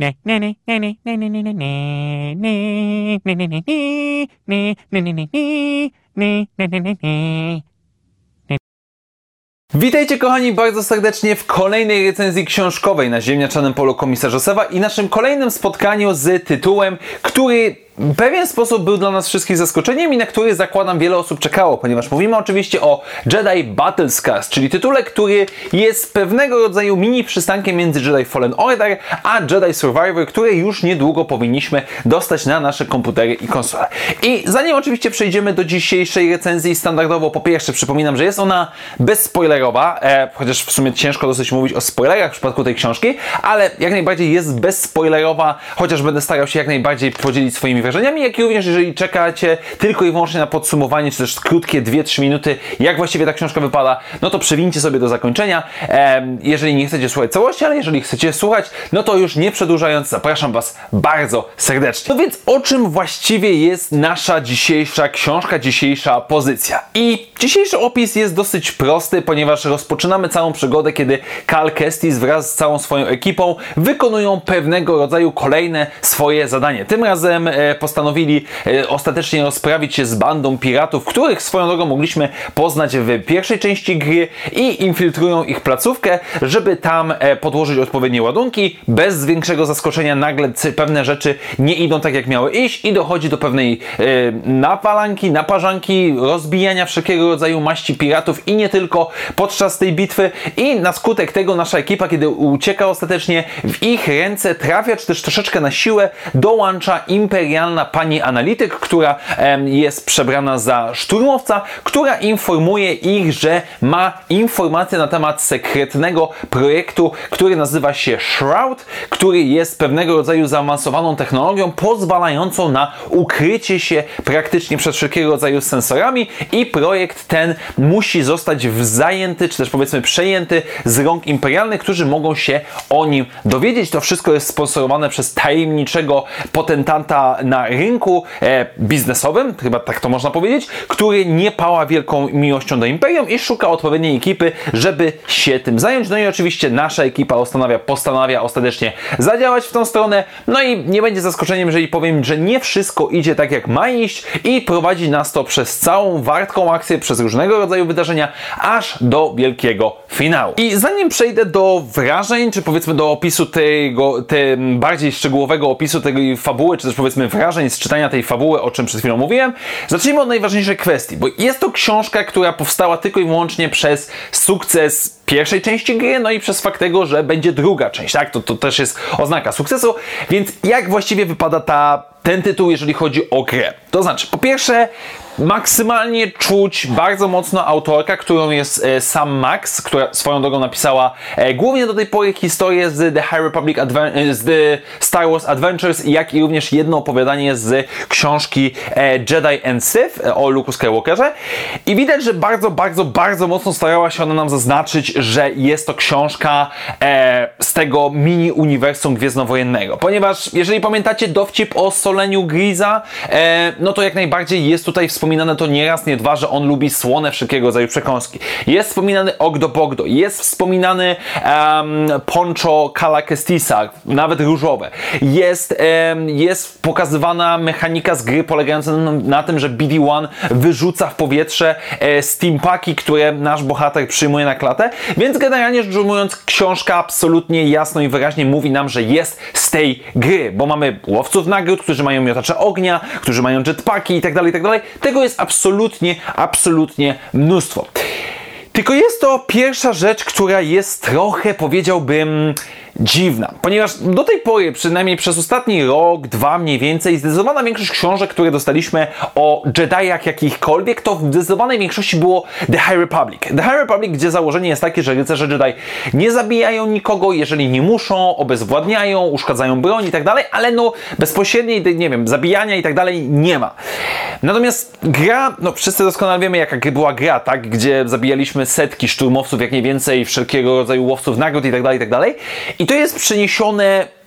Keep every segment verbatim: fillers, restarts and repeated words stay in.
Witajcie kochani bardzo serdecznie w kolejnej recenzji książkowej na ziemniaczanym polu komisarza Sewa i naszym kolejnym spotkaniu z tytułem, który w pewien sposób był dla nas wszystkich zaskoczeniem i na który, zakładam, wiele osób czekało, ponieważ mówimy oczywiście o Jedi Battle Scars, czyli tytule, który jest pewnego rodzaju mini przystankiem między Jedi Fallen Order a Jedi Survivor, które już niedługo powinniśmy dostać na nasze komputery i konsole. I zanim oczywiście przejdziemy do dzisiejszej recenzji, standardowo po pierwsze przypominam, że jest ona bezspoilerowa, e, chociaż w sumie ciężko dosyć mówić o spoilerach w przypadku tej książki, ale jak najbardziej jest bezspoilerowa, chociaż będę starał się jak najbardziej podzielić swoimi wrażeniami, jak i również jeżeli czekacie tylko i wyłącznie na podsumowanie, czy też krótkie dwie trzy minuty, jak właściwie ta książka wypada, no to przewincie sobie do zakończenia, e, jeżeli nie chcecie słuchać całości, ale jeżeli chcecie słuchać, no to już nie przedłużając, zapraszam Was bardzo serdecznie. No więc o czym właściwie jest nasza dzisiejsza książka, dzisiejsza pozycja? I dzisiejszy opis jest dosyć prosty, ponieważ rozpoczynamy całą przygodę, kiedy Cal Kestis wraz z całą swoją ekipą wykonują pewnego rodzaju kolejne swoje zadanie. Tym razem e, postanowili e, ostatecznie rozprawić się z bandą piratów, których swoją drogą mogliśmy poznać w pierwszej części gry, i infiltrują ich placówkę, żeby tam e, podłożyć odpowiednie ładunki. Bez większego zaskoczenia nagle pewne rzeczy nie idą tak, jak miały iść i dochodzi do pewnej e, napalanki, naparzanki, rozbijania wszelkiego rodzaju maści piratów i nie tylko podczas tej bitwy, i na skutek tego nasza ekipa, kiedy ucieka ostatecznie, w ich ręce trafia, czy też troszeczkę na siłę dołącza imperialna pani analityk, która em, jest przebrana za szturmowca, która informuje ich, że ma informacje na temat sekretnego projektu, który nazywa się Shroud, który jest pewnego rodzaju zaawansowaną technologią pozwalającą na ukrycie się praktycznie przed wszelkiego rodzaju sensorami, i projekt ten musi zostać zajęty, czy też powiedzmy przejęty z rąk imperialnych, którzy mogą się o nim dowiedzieć. To wszystko jest sponsorowane przez tajemniczego potentanta na rynku e, biznesowym, chyba tak to można powiedzieć, który nie pała wielką miłością do imperium i szuka odpowiedniej ekipy, żeby się tym zająć. No i oczywiście nasza ekipa postanawia, postanawia ostatecznie zadziałać w tą stronę. No i nie będzie zaskoczeniem, jeżeli powiem, że nie wszystko idzie tak, jak ma iść, i prowadzi nas to przez całą wartką akcję, przez różnego rodzaju wydarzenia, aż do wielkiego finału. I zanim przejdę do wrażeń, czy powiedzmy do opisu tego, te bardziej szczegółowego opisu tej fabuły, czy też powiedzmy wrażeń z czytania tej fabuły, o czym przed chwilą mówiłem, zacznijmy od najważniejszej kwestii, bo jest to książka, która powstała tylko i wyłącznie przez sukces pierwszej części gry, no i przez fakt tego, że będzie druga część, tak? To, to też jest oznaka sukcesu, więc jak właściwie wypada ta, ten tytuł, jeżeli chodzi o grę? To znaczy, po pierwsze, maksymalnie czuć bardzo mocno autorka, którą jest e, Sam Max, która swoją drogą napisała e, głównie do tej pory historię z The High Republic Adven- z The Star Wars Adventures, jak i również jedno opowiadanie z książki e, Jedi and Sith e, o Luke'u Skywalkerze. I widać, że bardzo, bardzo, bardzo mocno starała się ona nam zaznaczyć, że jest to książka e, z tego mini-uniwersum gwiezdnowojennego. Ponieważ, jeżeli pamiętacie dowcip o soleniu Greeza, e, no to jak najbardziej jest tutaj wspominane to nie raz, nie dwa, że on lubi słone wszelkiego rodzaju przekąski. Jest wspominany Ogdo Bogdo, jest wspominany um, poncho Cala Kestisa, nawet różowe. Jest, um, jest pokazywana mechanika z gry polegająca na, na tym, że B D jeden wyrzuca w powietrze e, steampaki, które nasz bohater przyjmuje na klatę, więc generalnie rzecz ujmując, książka absolutnie jasno i wyraźnie mówi nam, że jest z tej gry, bo mamy łowców nagród, którzy mają miotacze ognia, którzy mają jetpacki i tak dalej, i tak dalej. Tego jest absolutnie, absolutnie mnóstwo. Tylko jest to pierwsza rzecz, która jest trochę, powiedziałbym, dziwna, ponieważ do tej pory, przynajmniej przez ostatni rok, dwa mniej więcej, zdecydowana większość książek, które dostaliśmy o Jediach jakichkolwiek, to w zdecydowanej większości było The High Republic. The High Republic, gdzie założenie jest takie, że rycerze Jedi nie zabijają nikogo, jeżeli nie muszą, obezwładniają, uszkadzają broń i tak dalej, ale no bezpośredniej, nie wiem, zabijania i tak dalej nie ma. Natomiast gra, no wszyscy doskonale wiemy, jaka była gra, tak, gdzie zabijaliśmy setki szturmowców, jak nie więcej, wszelkiego rodzaju łowców nagród i tak dalej, i tak dalej. I to jest przeniesione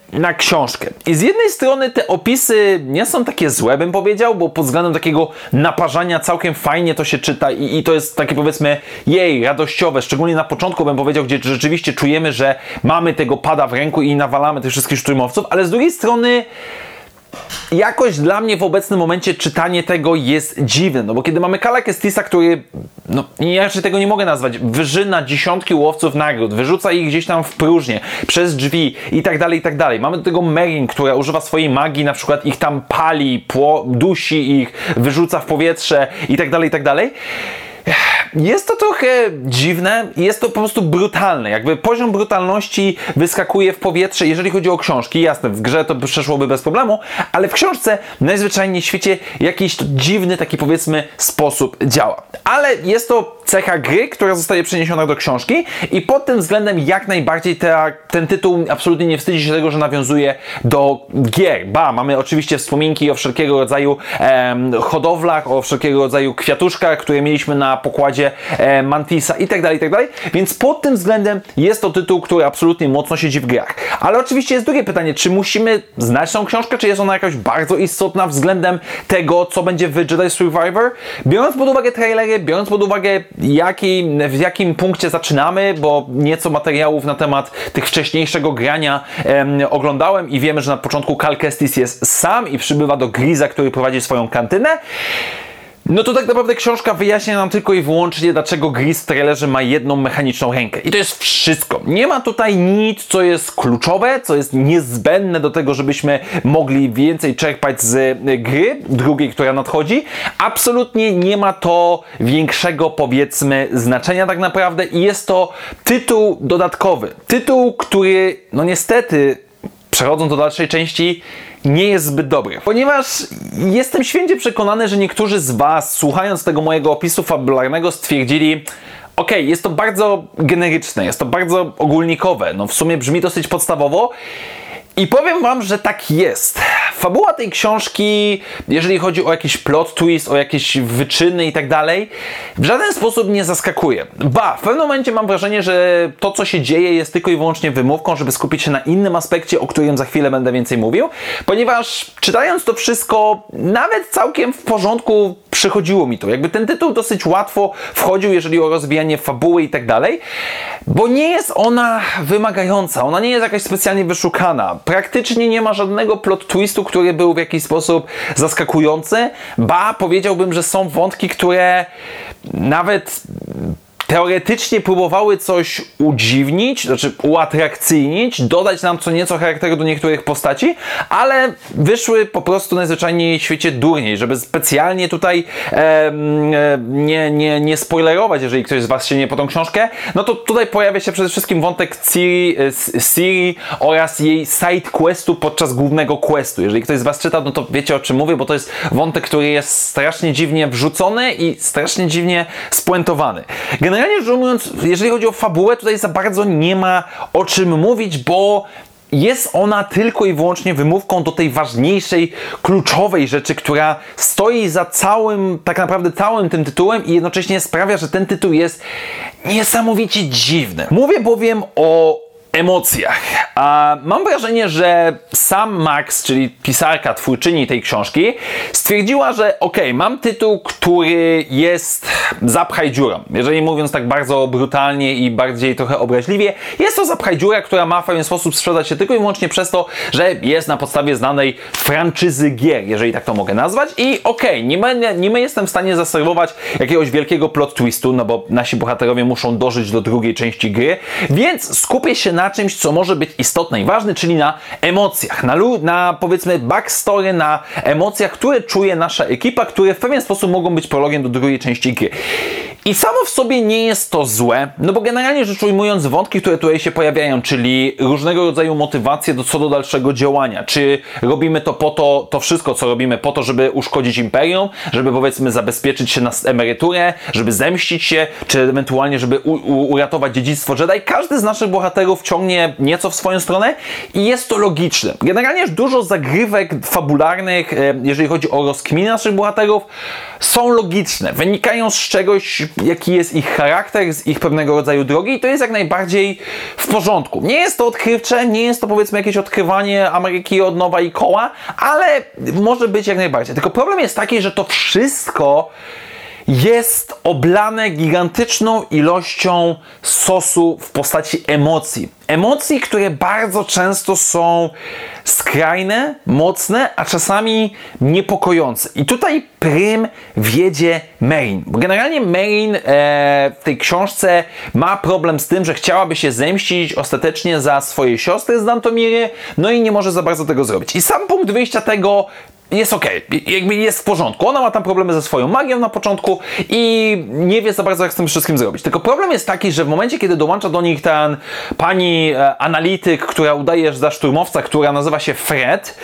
na książkę. I z jednej strony te opisy nie są takie złe, bym powiedział, bo pod względem takiego naparzania całkiem fajnie to się czyta i, i to jest takie, powiedzmy, jej, radościowe, szczególnie na początku bym powiedział, gdzie rzeczywiście czujemy, że mamy tego pada w ręku i nawalamy tych wszystkich szturmowców, ale z drugiej strony jakoś dla mnie w obecnym momencie czytanie tego jest dziwne, no bo kiedy mamy Cala Kestisa, który, no ja jeszcze tego nie mogę nazwać, wyżyna dziesiątki łowców nagród, wyrzuca ich gdzieś tam w próżnię, przez drzwi i tak dalej, i tak dalej. Mamy do tego Meryn, która używa swojej magii, na przykład ich tam pali, pło, dusi ich, wyrzuca w powietrze i tak dalej, i tak dalej. Jest to trochę dziwne i jest to po prostu brutalne. Jakby poziom brutalności wyskakuje w powietrze, jeżeli chodzi o książki. Jasne, w grze to przeszłoby bez problemu, ale w książce najzwyczajniej w świecie jakiś dziwny taki, powiedzmy, sposób działa. Ale jest to cecha gry, która zostaje przeniesiona do książki i pod tym względem jak najbardziej te, ten tytuł absolutnie nie wstydzi się tego, że nawiązuje do gier. Ba, mamy oczywiście wspominki o wszelkiego rodzaju em, hodowlach, o wszelkiego rodzaju kwiatuszkach, które mieliśmy na pokładzie e, Mantisa i tak dalej, i tak dalej. Więc pod tym względem jest to tytuł, który absolutnie mocno siedzi w grach. Ale oczywiście jest drugie pytanie, czy musimy znać tą książkę, czy jest ona jakaś bardzo istotna względem tego, co będzie w Jedi Survivor? Biorąc pod uwagę trailery, biorąc pod uwagę jaki, w jakim punkcie zaczynamy, bo nieco materiałów na temat tych wcześniejszego grania em, oglądałem i wiemy, że na początku Cal Kestis jest sam i przybywa do Greeza, który prowadzi swoją kantynę. No to tak naprawdę książka wyjaśnia nam tylko i wyłącznie, dlaczego Greez w trailerze ma jedną mechaniczną rękę. I to jest wszystko. Nie ma tutaj nic, co jest kluczowe, co jest niezbędne do tego, żebyśmy mogli więcej czerpać z gry drugiej, która nadchodzi. Absolutnie nie ma to większego, powiedzmy, znaczenia tak naprawdę i jest to tytuł dodatkowy. Tytuł, który, no niestety, przechodząc do dalszej części, nie jest zbyt dobry. Ponieważ jestem święcie przekonany, że niektórzy z Was, słuchając tego mojego opisu fabularnego, stwierdzili: ok, jest to bardzo generyczne, jest to bardzo ogólnikowe, no w sumie brzmi dosyć podstawowo. I powiem Wam, że tak jest. Fabuła tej książki, jeżeli chodzi o jakiś plot twist, o jakieś wyczyny i tak dalej, w żaden sposób nie zaskakuje. Ba, w pewnym momencie mam wrażenie, że to, co się dzieje, jest tylko i wyłącznie wymówką, żeby skupić się na innym aspekcie, o którym za chwilę będę więcej mówił, ponieważ czytając to wszystko, nawet całkiem w porządku przychodziło mi to. Jakby ten tytuł dosyć łatwo wchodził, jeżeli o rozwijanie fabuły i tak dalej, bo nie jest ona wymagająca, ona nie jest jakaś specjalnie wyszukana. Praktycznie nie ma żadnego plot twistu, który był w jakiś sposób zaskakujący. Ba, powiedziałbym, że są wątki, które nawet teoretycznie próbowały coś udziwnić, znaczy uatrakcyjnić, dodać nam co nieco charakteru do niektórych postaci, ale wyszły po prostu najzwyczajniej w świecie durniej, żeby specjalnie tutaj e, nie, nie, nie spoilerować, jeżeli ktoś z Was sięgnie po tą książkę, no to tutaj pojawia się przede wszystkim wątek Ciri, Ciri oraz jej side questu podczas głównego questu. Jeżeli ktoś z Was czyta, no to wiecie, o czym mówię, bo to jest wątek, który jest strasznie dziwnie wrzucony i strasznie dziwnie spuentowany. Generalnie rzecz ujmując, jeżeli chodzi o fabułę, tutaj za bardzo nie ma o czym mówić, bo jest ona tylko i wyłącznie wymówką do tej ważniejszej, kluczowej rzeczy, która stoi za całym, tak naprawdę całym tym tytułem i jednocześnie sprawia, że ten tytuł jest niesamowicie dziwny. Mówię bowiem o emocjach. A mam wrażenie, że sam Max, czyli pisarka, twórczyni tej książki, stwierdziła, że okej, okay, mam tytuł, który jest zapchaj dziurą. Jeżeli mówiąc tak bardzo brutalnie i bardziej trochę obraźliwie, jest to zapchaj dziura, która ma w pewien sposób sprzedać się tylko i wyłącznie przez to, że jest na podstawie znanej franczyzy gier, jeżeli tak to mogę nazwać. I okej, okay, nie, my, nie my jestem w stanie zaserwować jakiegoś wielkiego plot twistu, no bo nasi bohaterowie muszą dożyć do drugiej części gry, więc skupię się na czymś, co może być istotne i ważne, czyli na emocjach, na, na powiedzmy backstory, na emocjach, które czuje nasza ekipa, które w pewien sposób mogą być prologiem do drugiej części gry. I samo w sobie nie jest to złe, no bo generalnie rzecz ujmując, wątki, które tutaj się pojawiają, czyli różnego rodzaju motywacje do, co do dalszego działania. Czy robimy to po to, to wszystko, co robimy po to, żeby uszkodzić Imperium, żeby powiedzmy zabezpieczyć się na emeryturę, żeby zemścić się, czy ewentualnie, żeby u, u, uratować dziedzictwo Jedi. Każdy z naszych bohaterów ciągnie nieco w swoją stronę i jest to logiczne. Generalnie dużo zagrywek fabularnych, jeżeli chodzi o rozkminy naszych bohaterów, są logiczne, wynikają z czegoś jaki jest ich charakter, z ich pewnego rodzaju drogi i to jest jak najbardziej w porządku. Nie jest to odkrywcze, nie jest to powiedzmy jakieś odkrywanie Ameryki od nowa i koła, ale może być jak najbardziej. Tylko problem jest taki, że to wszystko jest oblane gigantyczną ilością sosu w postaci emocji. Emocji, które bardzo często są skrajne, mocne, a czasami niepokojące. I tutaj prym wiedzie Meryn. Bo generalnie Meryn e, w tej książce ma problem z tym, że chciałaby się zemścić ostatecznie za swoje siostry z Dantomiry, no i nie może za bardzo tego zrobić. I sam punkt wyjścia tego jest okej, okay. Jakby jest w porządku. Ona ma tam problemy ze swoją magią na początku i nie wie za bardzo, jak z tym wszystkim zrobić. Tylko problem jest taki, że w momencie, kiedy dołącza do nich ten pani e, analityk, która udaje za szturmowca, która nazywa się Fred,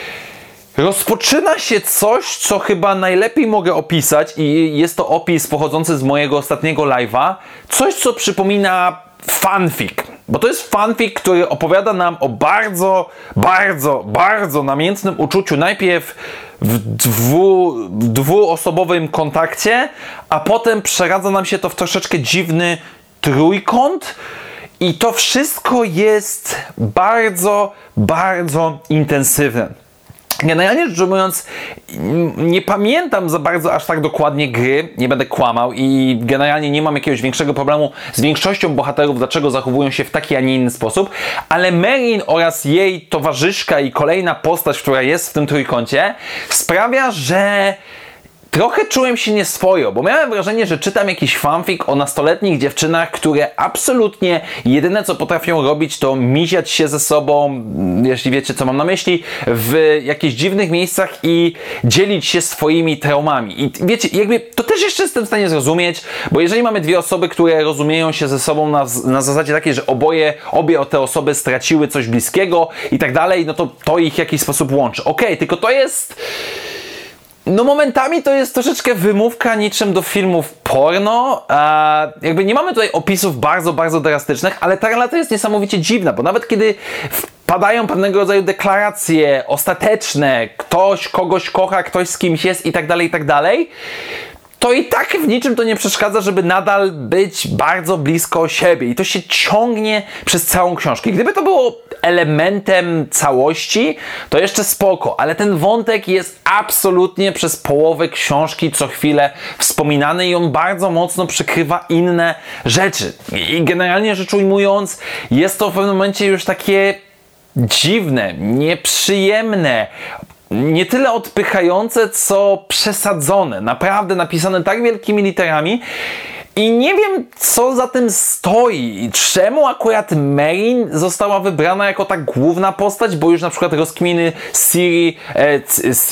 rozpoczyna się coś, co chyba najlepiej mogę opisać i jest to opis pochodzący z mojego ostatniego live'a. Coś, co przypomina fanfic. Bo to jest fanfic, który opowiada nam o bardzo, bardzo, bardzo namiętnym uczuciu. Najpierw w, dwu, w dwuosobowym kontakcie, a potem przeradza nam się to w troszeczkę dziwny trójkąt. I to wszystko jest bardzo, bardzo intensywne. Generalnie rzecz ujmując, nie pamiętam za bardzo aż tak dokładnie gry, nie będę kłamał i generalnie nie mam jakiegoś większego problemu z większością bohaterów, dlaczego zachowują się w taki, a nie inny sposób, ale Meryn oraz jej towarzyszka i kolejna postać, która jest w tym trójkącie, sprawia, że trochę czułem się nieswojo, bo miałem wrażenie, że czytam jakiś fanfic o nastoletnich dziewczynach, które absolutnie jedyne co potrafią robić to miziać się ze sobą, jeśli wiecie co mam na myśli, w jakichś dziwnych miejscach i dzielić się swoimi traumami. I wiecie, jakby to też jeszcze jestem w stanie zrozumieć, bo jeżeli mamy dwie osoby, które rozumieją się ze sobą na, na zasadzie takiej, że oboje, obie te osoby straciły coś bliskiego i tak dalej, no to to ich w jakiś sposób łączy. Okej, okay, tylko to jest... No momentami to jest troszeczkę wymówka niczym do filmów porno. A jakby nie mamy tutaj opisów bardzo, bardzo drastycznych, ale ta relacja jest niesamowicie dziwna, bo nawet kiedy padają pewnego rodzaju deklaracje ostateczne, ktoś kogoś kocha, ktoś z kimś jest i tak dalej, i tak dalej, to i tak w niczym to nie przeszkadza, żeby nadal być bardzo blisko siebie. I to się ciągnie przez całą książkę. I gdyby to było elementem całości, to jeszcze spoko. Ale ten wątek jest absolutnie przez połowę książki co chwilę wspominany i on bardzo mocno przykrywa inne rzeczy. I generalnie rzecz ujmując, jest to w pewnym momencie już takie dziwne, nieprzyjemne, nie tyle odpychające, co przesadzone. Naprawdę napisane tak wielkimi literami. I nie wiem, co za tym stoi. Czemu akurat Meryn została wybrana jako ta główna postać, bo już na przykład rozkminy Ciri, e,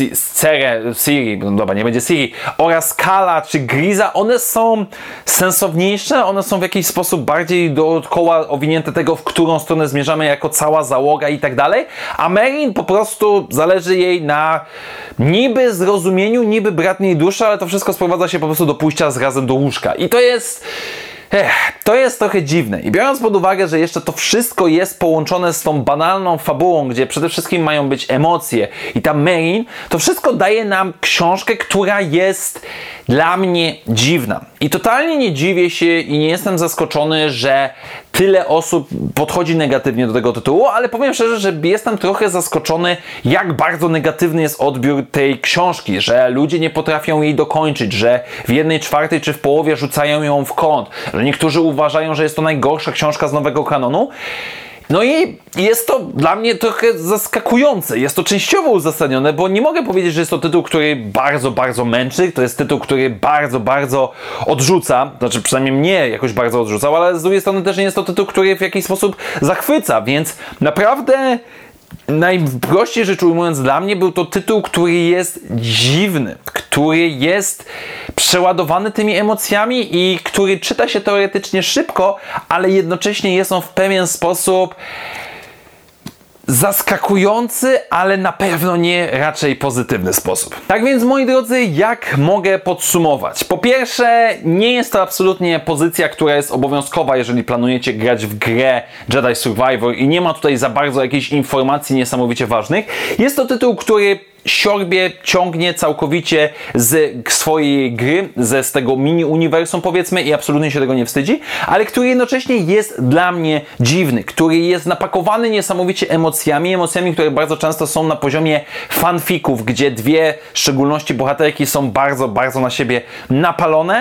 Cere, Ciri, no dobra, nie będzie Ciri, oraz Kala czy Griza, one są sensowniejsze, one są w jakiś sposób bardziej dookoła owinięte tego, w którą stronę zmierzamy jako cała załoga i tak dalej, a Meryn po prostu zależy jej na niby zrozumieniu, niby bratniej duszy, ale to wszystko sprowadza się po prostu do pójścia z razem do łóżka. I to jest... Ech, to jest trochę dziwne. I biorąc pod uwagę, że jeszcze to wszystko jest połączone z tą banalną fabułą, gdzie przede wszystkim mają być emocje i ta Meryn, to wszystko daje nam książkę, która jest dla mnie dziwna. I totalnie nie dziwię się i nie jestem zaskoczony, że tyle osób podchodzi negatywnie do tego tytułu, ale powiem szczerze, że jestem trochę zaskoczony, jak bardzo negatywny jest odbiór tej książki, że ludzie nie potrafią jej dokończyć, że w jednej czwartej czy w połowie rzucają ją w kąt, że niektórzy uważają, że jest to najgorsza książka z nowego kanonu. No i jest to dla mnie trochę zaskakujące. Jest to częściowo uzasadnione, bo nie mogę powiedzieć, że jest to tytuł, który bardzo, bardzo męczy. To jest tytuł, który bardzo, bardzo odrzuca. Znaczy przynajmniej mnie jakoś bardzo odrzucał, ale z drugiej strony też nie jest to tytuł, który w jakiś sposób zachwyca, więc naprawdę... Najprościej rzecz ujmując, dla mnie był to tytuł, który jest dziwny, który jest przeładowany tymi emocjami i który czyta się teoretycznie szybko, ale jednocześnie jest on w pewien sposób zaskakujący, ale na pewno nie raczej pozytywny sposób. Tak więc, moi drodzy, jak mogę podsumować? Po pierwsze, nie jest to absolutnie pozycja, która jest obowiązkowa, jeżeli planujecie grać w grę Jedi Survivor i nie ma tutaj za bardzo jakichś informacji niesamowicie ważnych. Jest to tytuł, który siorbie, ciągnie całkowicie z swojej gry, ze z tego mini-uniwersum powiedzmy i absolutnie się tego nie wstydzi, ale który jednocześnie jest dla mnie dziwny, który jest napakowany niesamowicie emocjami, emocjami, które bardzo często są na poziomie fanfików, gdzie dwie, w szczególności bohaterki, są bardzo, bardzo na siebie napalone.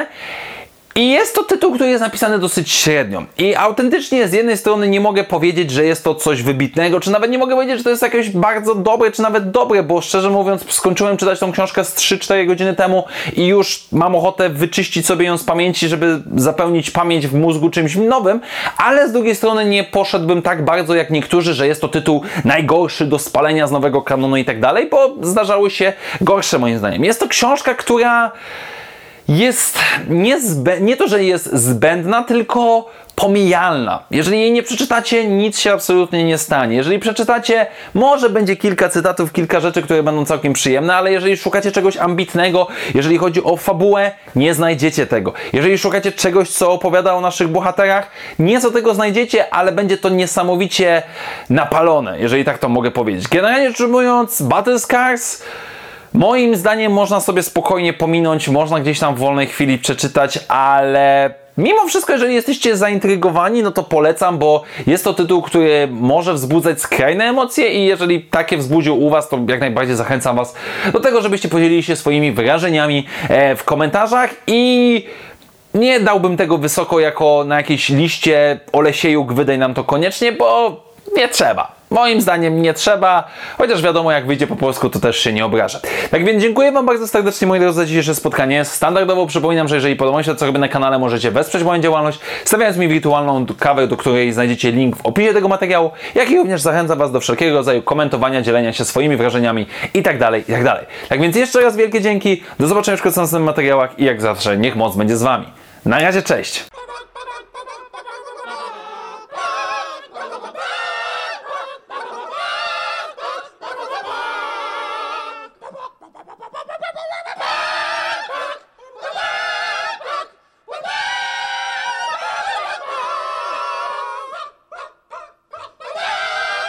I jest to tytuł, który jest napisany dosyć średnio. I autentycznie z jednej strony nie mogę powiedzieć, że jest to coś wybitnego, czy nawet nie mogę powiedzieć, że to jest jakieś bardzo dobre, czy nawet dobre, bo szczerze mówiąc skończyłem czytać tą książkę z trzy cztery godziny temu i już mam ochotę wyczyścić sobie ją z pamięci, żeby zapełnić pamięć w mózgu czymś nowym, ale z drugiej strony nie poszedłbym tak bardzo jak niektórzy, że jest to tytuł najgorszy do spalenia z nowego kanonu i tak dalej, bo zdarzały się gorsze moim zdaniem. Jest to książka, która jest nie, zbę- nie to, że jest zbędna, tylko pomijalna. Jeżeli jej nie przeczytacie, nic się absolutnie nie stanie. Jeżeli przeczytacie, może będzie kilka cytatów, kilka rzeczy, które będą całkiem przyjemne, ale jeżeli szukacie czegoś ambitnego, jeżeli chodzi o fabułę, nie znajdziecie tego. Jeżeli szukacie czegoś, co opowiada o naszych bohaterach, nieco tego znajdziecie, ale będzie to niesamowicie napalone, jeżeli tak to mogę powiedzieć. Generalnie rzecz ujmując, Battle Scars moim zdaniem można sobie spokojnie pominąć, można gdzieś tam w wolnej chwili przeczytać, ale mimo wszystko, jeżeli jesteście zaintrygowani, no to polecam, bo jest to tytuł, który może wzbudzać skrajne emocje i jeżeli takie wzbudził u Was, to jak najbardziej zachęcam Was do tego, żebyście podzielili się swoimi wrażeniami w komentarzach i nie dałbym tego wysoko jako na jakiejś liście Olesiejuk, wydaj nam to koniecznie, bo nie trzeba. Moim zdaniem nie trzeba, chociaż wiadomo, jak wyjdzie po polsku, to też się nie obrażę. Tak więc dziękuję Wam bardzo serdecznie, moi drodzy, za dzisiejsze spotkanie. Standardowo przypominam, że jeżeli podoba się to, co robię na kanale, możecie wesprzeć moją działalność, stawiając mi wirtualną kawę, do której znajdziecie link w opisie tego materiału, jak i również zachęcam Was do wszelkiego rodzaju komentowania, dzielenia się swoimi wrażeniami itd., itd. Tak więc jeszcze raz wielkie dzięki, do zobaczenia w następnych materiałach i jak zawsze, niech moc będzie z Wami. Na razie, cześć!